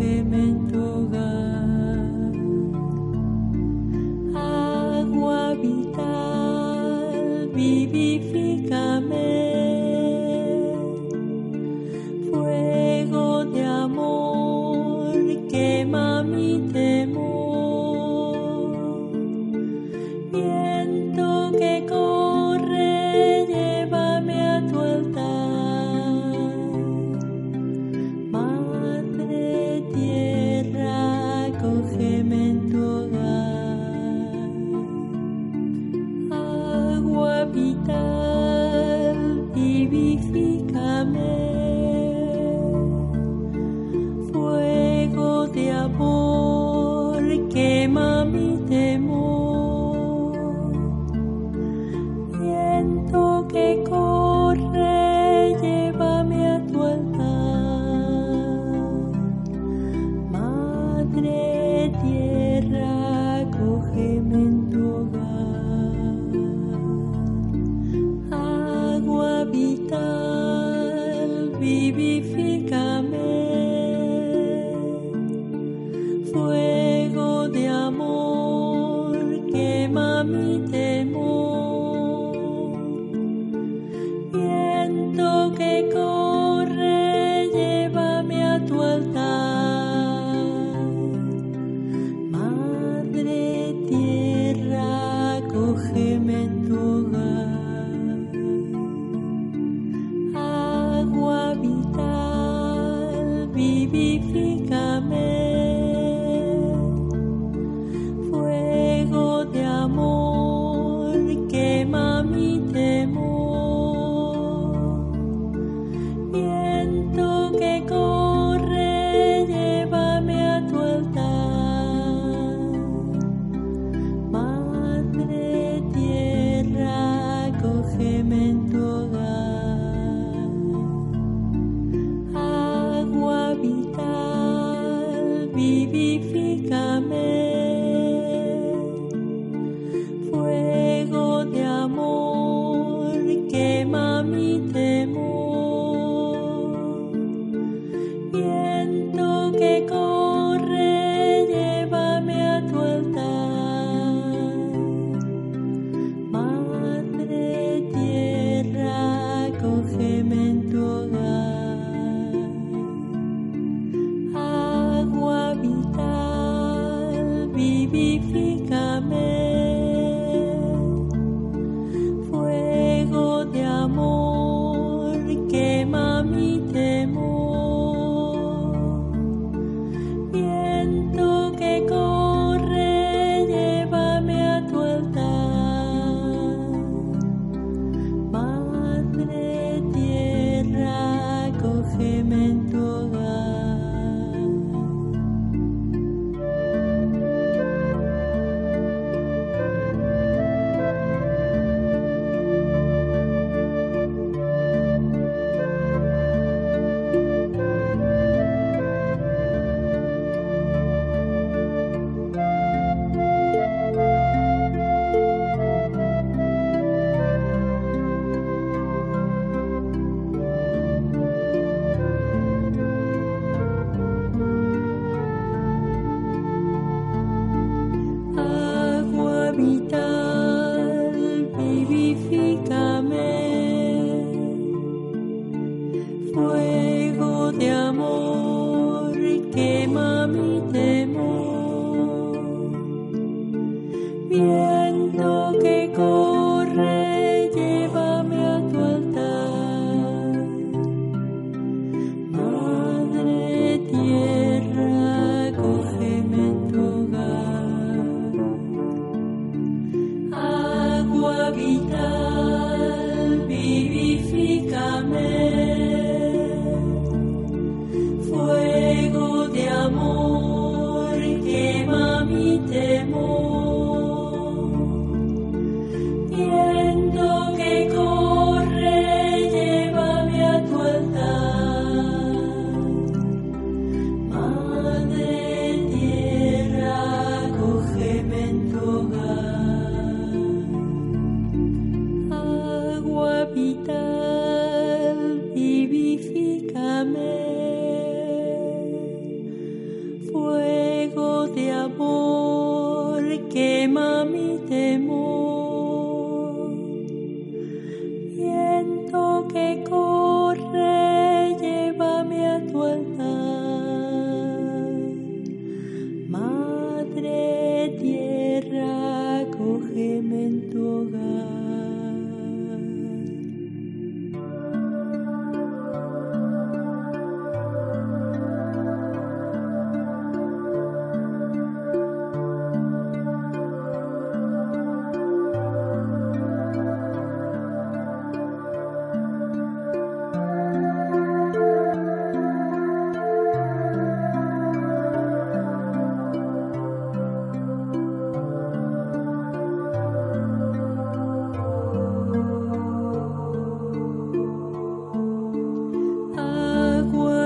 acógeme en tu hogar. Agua vital, vivifícame. Fuego de amor, quema mi temor. Viento que corre, llévame a tu altar. Madre tierra, acógeme en tu hogar. Agua vital, vivifícame. Fuego de amor, quema mi temor. Viento que corre, llévame a tu altar. Madre tierra, acógeme en tu hogar. Agua vital, vivifícame. Fuego de amor, quema mi temor. Viento que corre, llévame a tu altar. Madre tierra, acógeme en tu hogar. Agua vital, vivifícame. Fuego de amor, quema mi temor. Viento que corre, llévame a tu altar. Madre tierra, acógeme en tu hogar. Agua vital, vivifícame. Fuego de amor, quema mi temor. Viento que corre, llévame a tu altar. Madre tierra, acógeme en tu hogar. Agua vital, vivifícame. Fuego de amor, quema mi temor. Viento que corre, llévame a tu altar. Madre tierra, acógeme en tu hogar. Agua vital, vivifícame. Fuego de amor, quema mi temor. Viento que corre, llévame a tu altar. Madre tierra, acógeme en tu hogar. Agua vital, vivifícame. Fuego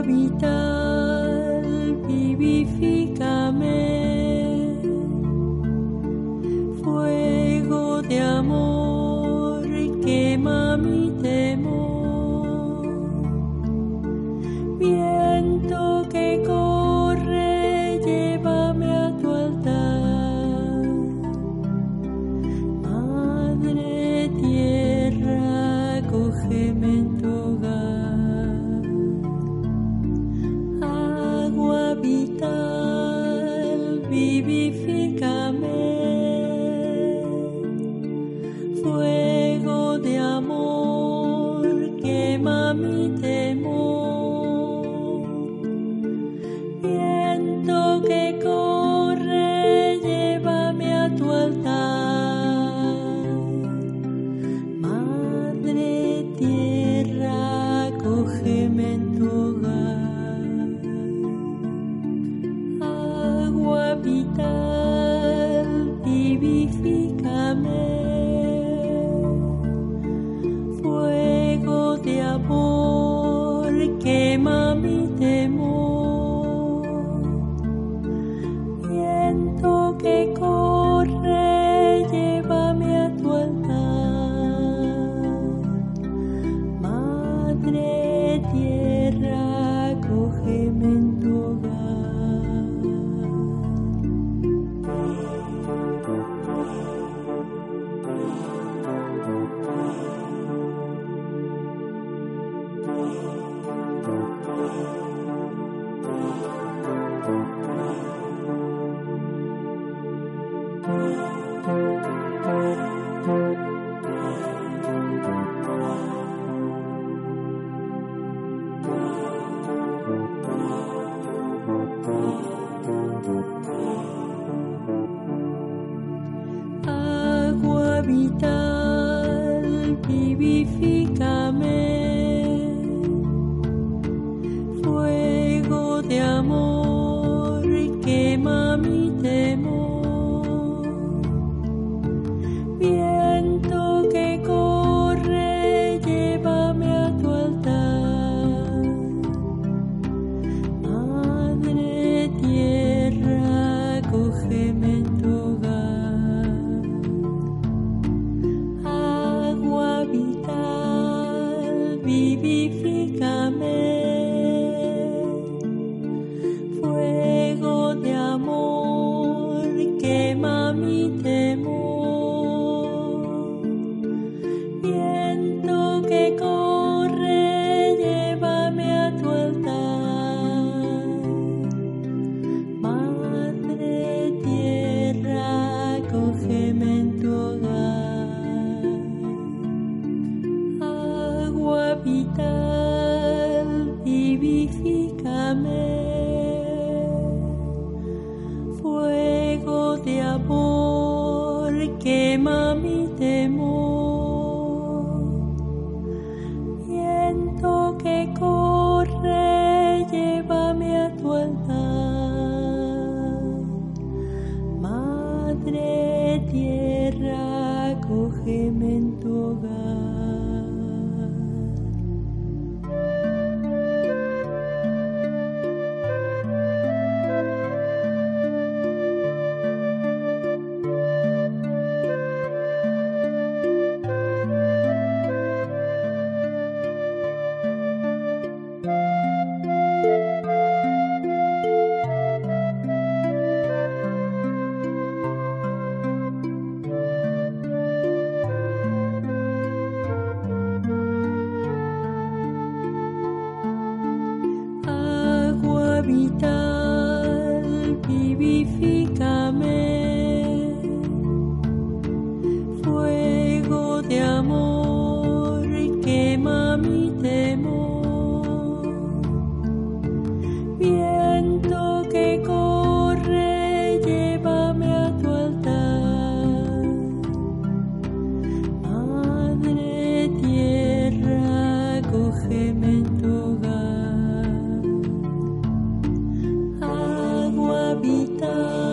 vital, vivifícame. Fuego de amor, quema mi temor. Viento que corre, llévame a tu altar. Madre tierra, cógeme en tu hogar. Agua vital, vivifícame. Fuego de amor, quema mi temor. Viento que corre, llévame a tu altar. Madre tierra, cógeme en tu hogar. Agua vital, vivifícame. Fuego de amor, quema mi temor. Viento que corre, llévame a tu altar. Madre tierra, cógeme en tu hogar. Agua vital, vivifícame. Fuego de amor, quema mi temor. Viento que corre, llévame a tu altar. Madre tierra, cógeme en tu hogar. Agua vital, vivifícame. Fuego de amor, quema mi temor. Viento que corre, llévame a tu altar. Madre tierra, cógeme en tu hogar. Agua vital, vivifícame. Fuego de amor, quema mi temor. Viento que corre, llévame a tu altar. Madre tierra, cógeme en tu hogar. Vital, vivifícame. Fuego de amor, quema mi temor. Viento que corre, llévame a tu altar. Madre tierra, cógeme en tu hogar. Agua vital.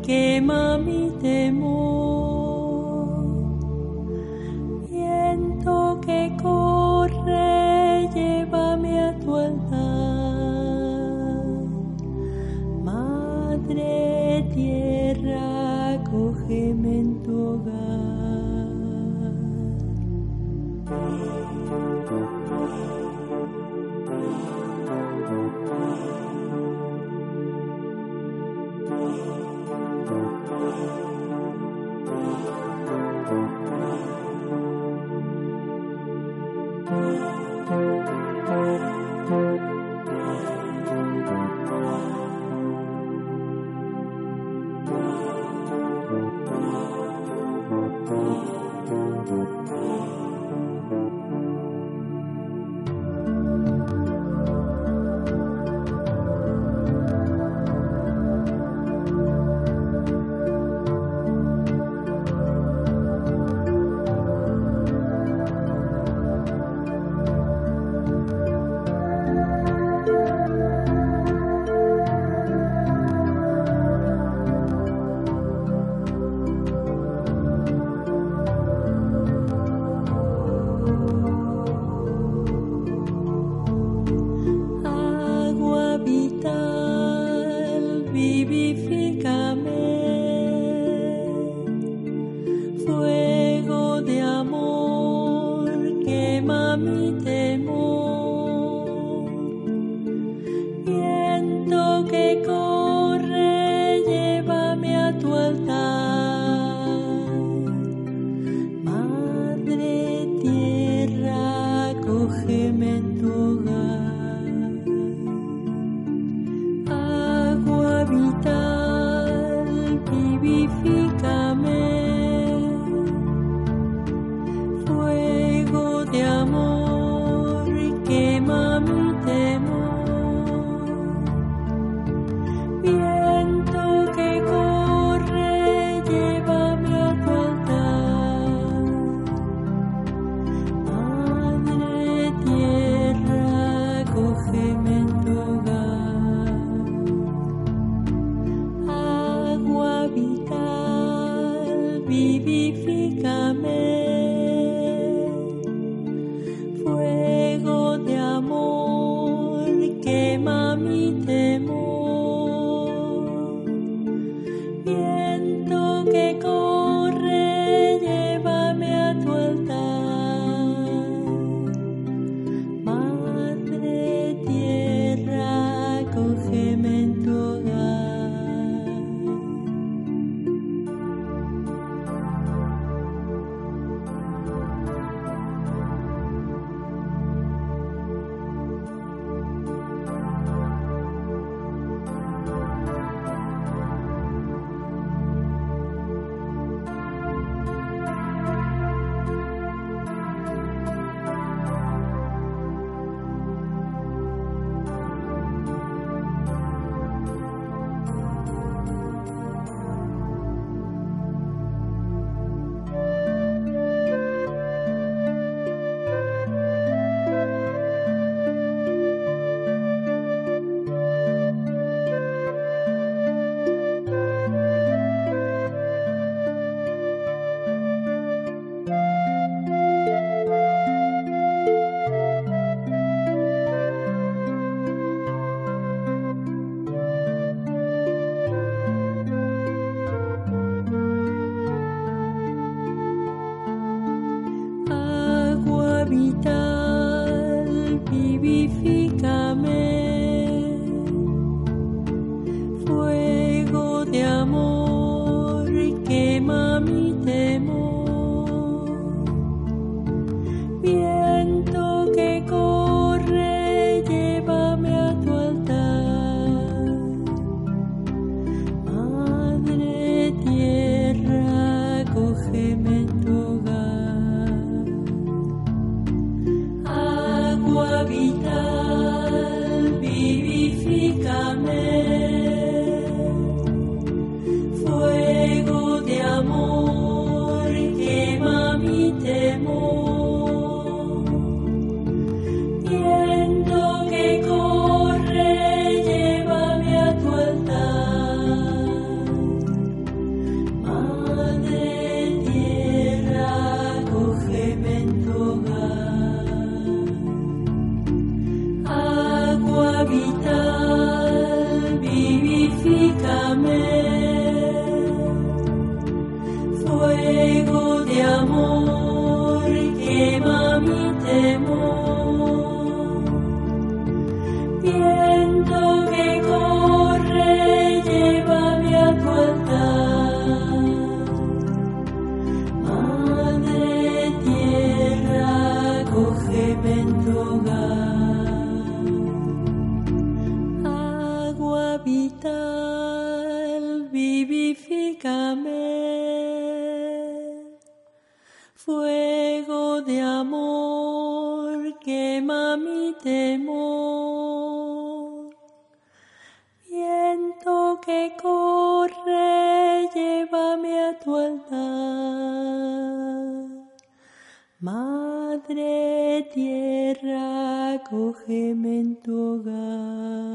quema mi temor. Viento que corre, llévame a tu altar. Madre tierra, acógeme en tu hogar. Fuego de amor, quema mi temor. Viento que corre, llévame a tu altar. Madre tierra, acógeme en tu hogar. Agua vital, vivifícame. Fuego de amor, quema mi temor. Viento que corre, llévame a tu altar. Madre tierra, acógeme en tu hogar. Agua vital, vivifícame. Fuego de amor, quema mi temor. Viento que corre, llévame a tu altar. Madre tierra, acógeme en tu hogar. Fuego de amor, quema mi temor. Viento que corre, llévame a tu altar. Madre tierra, cógeme en tu hogar.